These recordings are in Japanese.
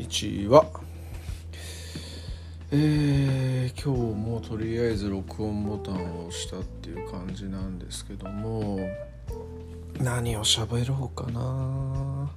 ちは。今日もとりあえず録音ボタンを押したっていう感じなんですけども、何を喋ろうかな。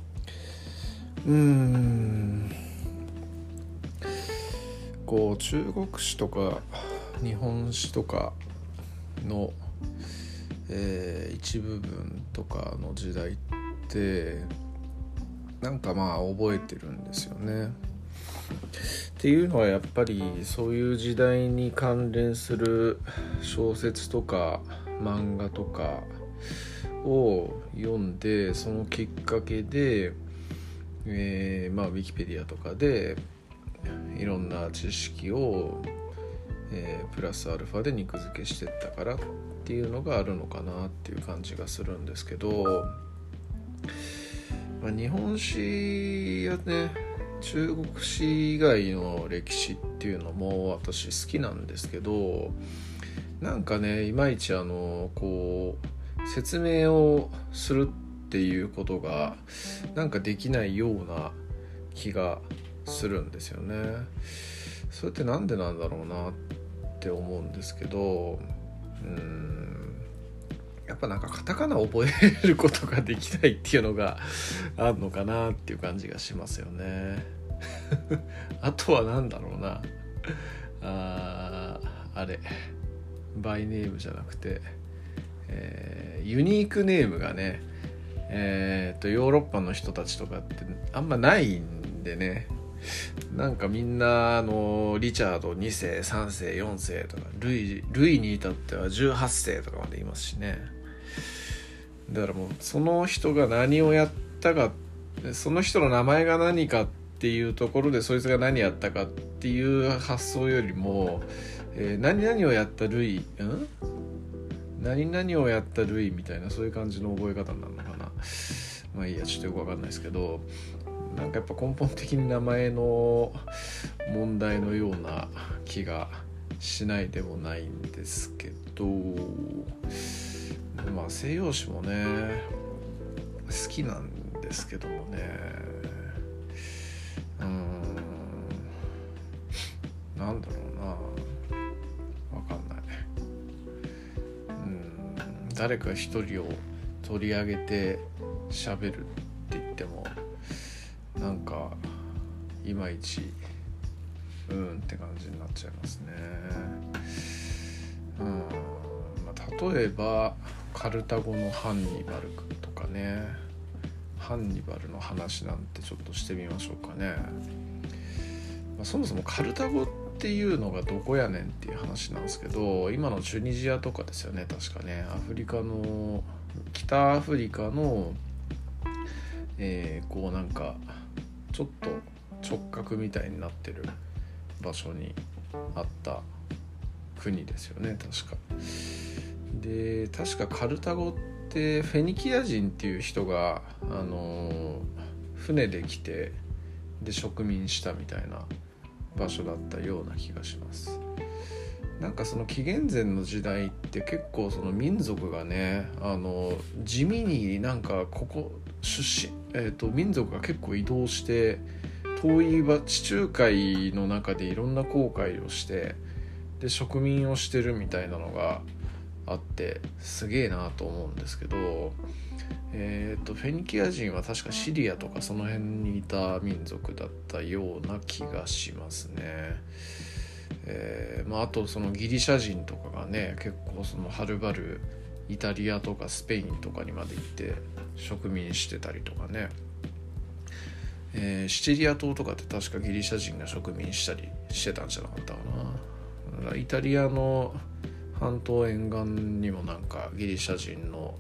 こう中国史とか日本史とかの、一部分とかの時代ってなんか覚えてるんですよね。っていうのはやっぱりそういう時代に関連する小説とか漫画とかを読んで、そのきっかけで、ウィキペディアとかでいろんな知識を、プラスアルファで肉付けしてったからっていうのがあるのかなっていう感じがするんですけど、日本史やね中国史以外の歴史っていうのも私好きなんですけど、なんかねいまいちこう説明をするっていうことがなんかできないような気がするんですよね。それってなんでなんだろうなって思うんですけど、やっぱなんかカタカナを覚えることができないっていうのがあるのかなっていう感じがしますよね。あとはなんだろうな、あれバイネームじゃなくて、ユニークネームがね、ヨーロッパの人たちとかってあんまないんでね、なんかみんなリチャード2世3世4世とかルイに至っては18世とかまで言いますしね。だからもうその人が何をやったか、その人の名前が何かっていうところでそいつが何やったかっていう発想よりも、何々をやったルイ何々をやったルイみたいなそういう感じの覚え方になるのかな。いいや、ちょっとよくわかんないですけど、なんかやっぱ根本的に名前の問題のような気がしないでもないんですけど、西洋史もね好きなんですけどもね、なんだろうな、わかんない。誰か一人を取り上げて喋るって言ってもなんかいまいちって感じになっちゃいますね。例えばカルタゴのハンニバルとかね、ハンニバルの話なんてちょっとしてみましょうかね。そもそもカルタゴっていうのがどこやねんっていう話なんですけど、今のチュニジアとかですよね、確かね。北アフリカの、こうなんかちょっと直角みたいになってる場所にあった国ですよね、確か。で、確かカルタゴってフェニキア人っていう人が、船で来てで植民したみたいな場所だったような気がします。なんかその紀元前の時代って結構その民族がね、地味になんかここ出身、民族が結構移動して遠い地中海の中でいろんな航海をしてで植民をしてるみたいなのがあってすげえなと思うんですけど、フェニキア人は確かシリアとかその辺にいた民族だったような気がしますね。あとそのギリシャ人とかがね結構そのはるばるイタリアとかスペインとかにまで行って植民してたりとかね、シチリア島とかって確かギリシャ人が植民したりしてたんじゃなかったかな。イタリアの半島沿岸にもなんかギリシャ人の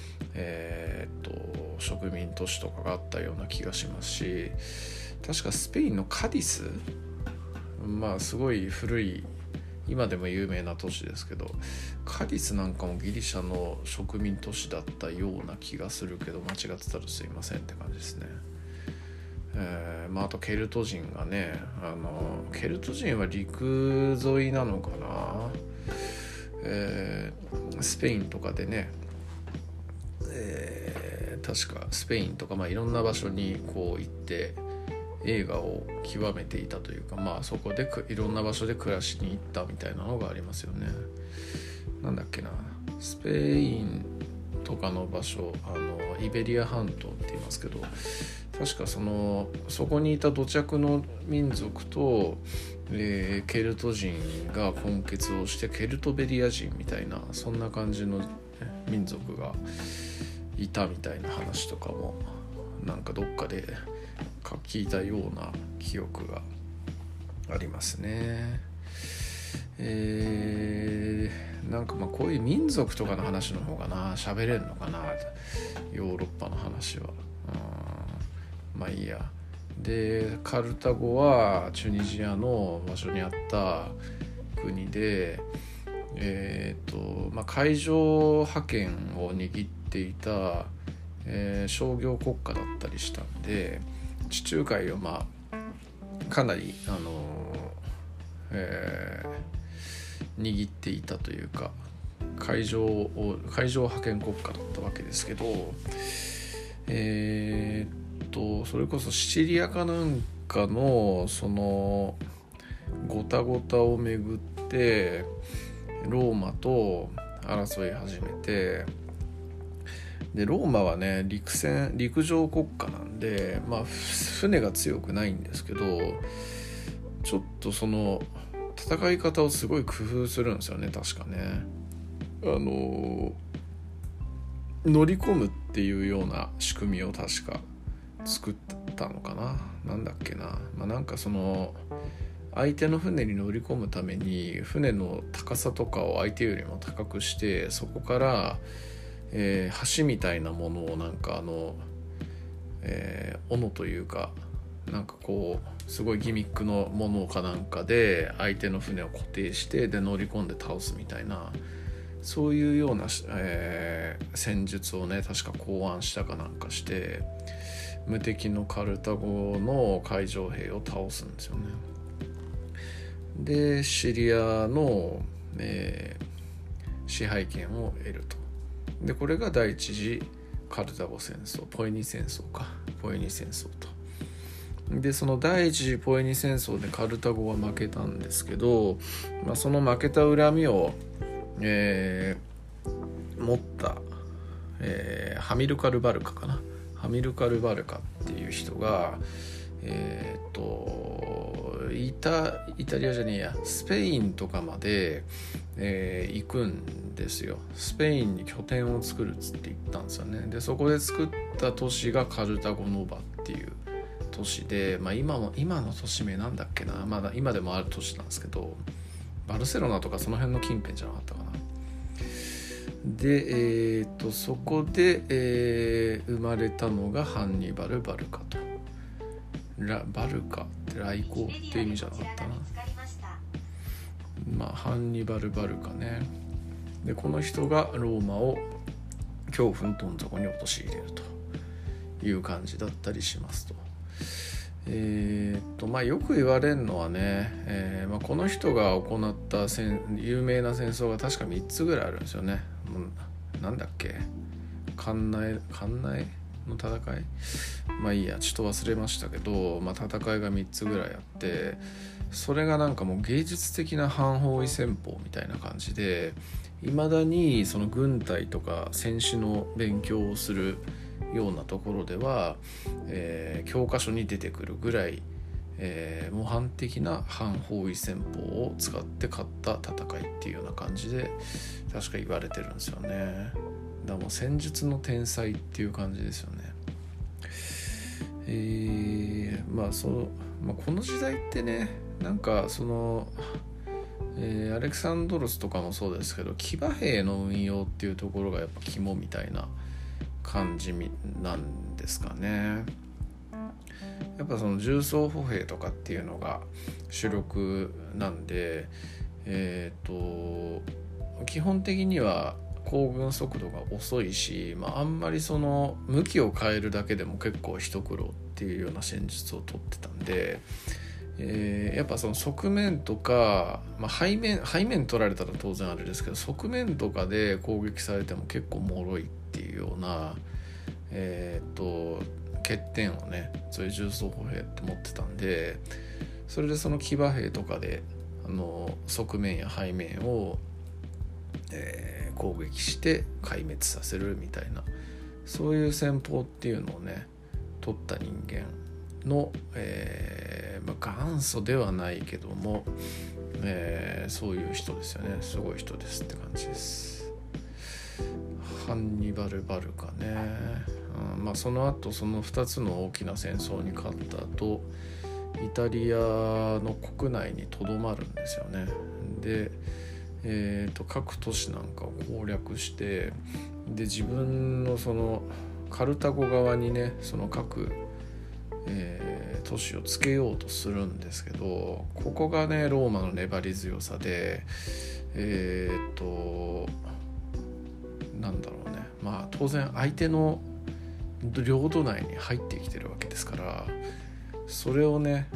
植民都市とかがあったような気がしますし、確かスペインのカディス、すごい古い今でも有名な都市ですけど、カディスなんかもギリシャの植民都市だったような気がするけど、間違ってたらすいませんって感じですね。あとケルト人がね、ケルト人は陸沿いなのかな、スペインとかでね、確かスペインとかいろんな場所にこう行って、 映画を極めていたというか、まあそこでいろんな場所で暮らしに行ったみたいなのがありますよね。なんだっけな、スペインとかの場所、イベリア半島って言いますけど、確かそこにいた土着の民族と、ケルト人が混血をしてケルトベリア人みたいな、そんな感じの民族がいたみたいな話とかもなんかどっかで聞いたような記憶がありますね。なんかまあこういう民族とかの話の方がな喋れるのかな、ヨーロッパの話は。まあいいや。でカルタゴはチュニジアの場所にあった国で、まあ、海上覇権を握っていた、商業国家だったりしたんで、地中海をまあかなり握っていたというか、海上覇権国家だったわけですけど、それこそシチリアかなんかのそのごたごたをめぐってローマと争い始めて、でローマはね陸上国家なんで、まあ船が強くないんですけど、ちょっとその戦い方をすごい工夫するんですよね。確かね乗り込むっていうような仕組みを確か作ったのかな、なんだっけな、まあ、なんかその相手の船に乗り込むために船の高さとかを相手よりも高くして、そこから、橋みたいなものをなんか斧というかなんかこうすごいギミックのものかなんかで相手の船を固定してで乗り込んで倒すみたいな、そういうような、戦術をね確か考案したかなんかして無敵のカルタゴの海上兵を倒すんですよね。でシリアの、支配権を得ると。でこれが第一次カルタゴ戦争、ポエニ戦争と。でその第一次ポエニ戦争でカルタゴは負けたんですけど、まあ、その負けた恨みを、持った、ハミルカルバルカっていう人が、イタリアじゃねえやスペインとかまで、行くんですよ。スペインに拠点を作るっつって言ったんですよね。でそこで作った都市がカルタゴノバっていう都市で、まあ、今の都市名なんだっけな、まだ今でもある都市なんですけど、バルセロナとかその辺の近辺じゃなかったかな。で、そこで、生まれたのがハンニバル・バルカと。バルカって来航って意味じゃなかったな。まあハンニバル・バルカね。でこの人がローマを恐怖のどん底に陥れるという感じだったりしますと。まあよく言われるのはね、まあ、この人が行った有名な戦争が確か3つぐらいあるんですよね。なんだっけ、カンナエの戦い、まあいいやちょっと忘れましたけど、まあ、戦いが3つぐらいあって、それがなんかもう芸術的な反包囲戦法みたいな感じで、いまだにその軍隊とか戦士の勉強をするようなところでは、教科書に出てくるぐらい、模範的な反包囲戦法を使って勝った戦いっていうような感じで確か言われてるんですよね。だからもう戦術の天才っていう感じですよね。まあこの時代ってね、なんかその、アレクサンドロスとかもそうですけど、騎馬兵の運用っていうところがやっぱ肝みたいな感じなんですかね。やっぱその重装歩兵とかっていうのが主力なんで、基本的には行軍速度が遅いし、まあ、あんまりその向きを変えるだけでも結構一苦労っていうような戦術を取ってたんで、やっぱその側面とか、まあ、背面取られたら当然あれですけど、側面とかで攻撃されても結構脆いっていうような、 欠点をねそういう重装歩兵って持ってたんで、それでその騎馬兵とかで側面や背面を、攻撃して壊滅させるみたいな、そういう戦法っていうのをね取った人間の、元祖ではないけども、そういう人ですよね。すごい人ですって感じです。ハンニバル・バルカね、その後その2つの大きな戦争に勝った後、イタリアの国内にとどまるんですよね。で、各都市なんかを攻略して、で自分のそのカルタゴ側にねその各、都市をつけようとするんですけど、ここがねローマの粘り強さで、なんだろうね、当然相手の領土内に入ってきてるわけですから、それをね、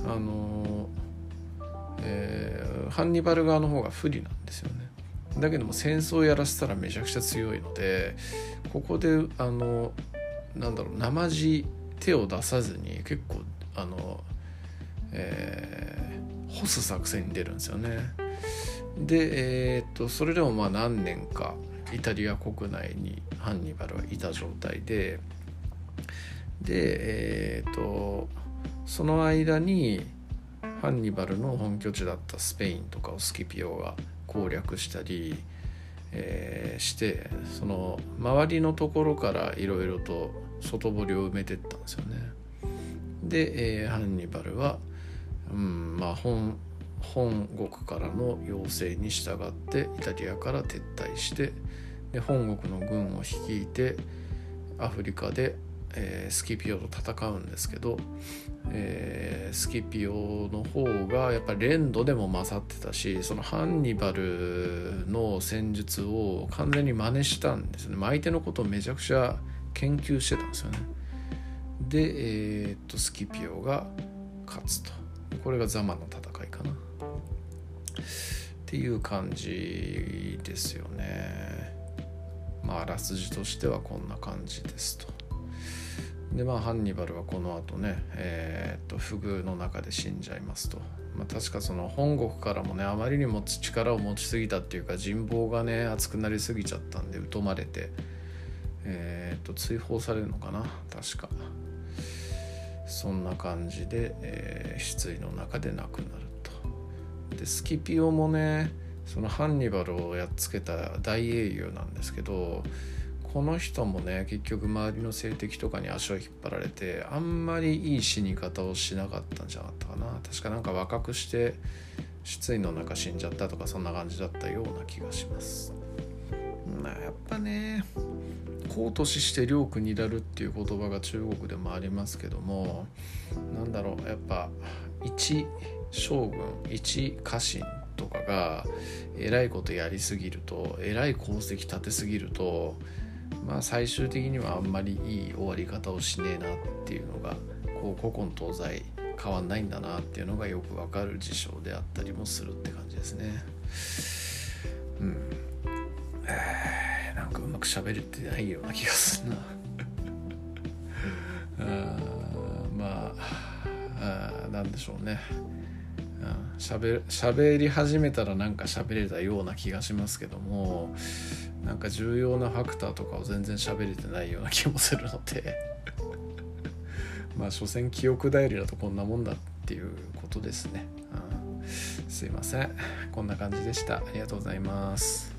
ハンニバル側の方が不利なんですよね。だけども戦争をやらせたらめちゃくちゃ強いので、ここで生地手を出さずに結構干す作戦に出るんですよね。で、それでも何年かイタリア国内にハンニバルはいた状態で、その間にハンニバルの本拠地だったスペインとかをスキピオが攻略したり、して、その周りのところからいろいろと外堀を埋めていったんですよね。で、ハンニバルは、本国からの要請に従ってイタリアから撤退して、で本国の軍を率いてアフリカで、スキピオと戦うんですけど、スキピオの方がやっぱり練度でも勝ってたし、そのハンニバルの戦術を完全に真似したんですね。相手のことをめちゃくちゃ研究してたんですよね。で、スキピオが勝つと。これがザマの戦いかなっていう感じですよね。あらすじとしてはこんな感じですと。でハンニバルはこの後ね、不遇の中で死んじゃいますと。確かその本国からもねあまりにも力を持ちすぎたっていうか、人望がね厚くなりすぎちゃったんで疎まれて、追放されるのかな、確かそんな感じで、失意の中で亡くなると。でスキピオもねそのハンニバルをやっつけた大英雄なんですけど、この人もね結局周りの政敵とかに足を引っ張られて、あんまりいい死に方をしなかったんじゃなかったかな。確かなんか若くして失意の中死んじゃったとか、そんな感じだったような気がします。やっぱね公と死して領国になるっていう言葉が中国でもありますけども、やっぱ一将軍一家臣とかが偉いことやりすぎると、偉い功績立てすぎると、最終的にはあんまりいい終わり方をしねえなっていうのが、こう古今東西変わんないんだなっていうのがよくわかる事象であったりもするって感じですね。なんかうまく喋れてないような気がするななんでしょうね。喋り始めたらなんか喋れたような気がしますけども、なんか重要なファクターとかを全然喋れてないような気もするので所詮記憶頼りだとこんなもんだっていうことですね。すいません、こんな感じでした。ありがとうございます。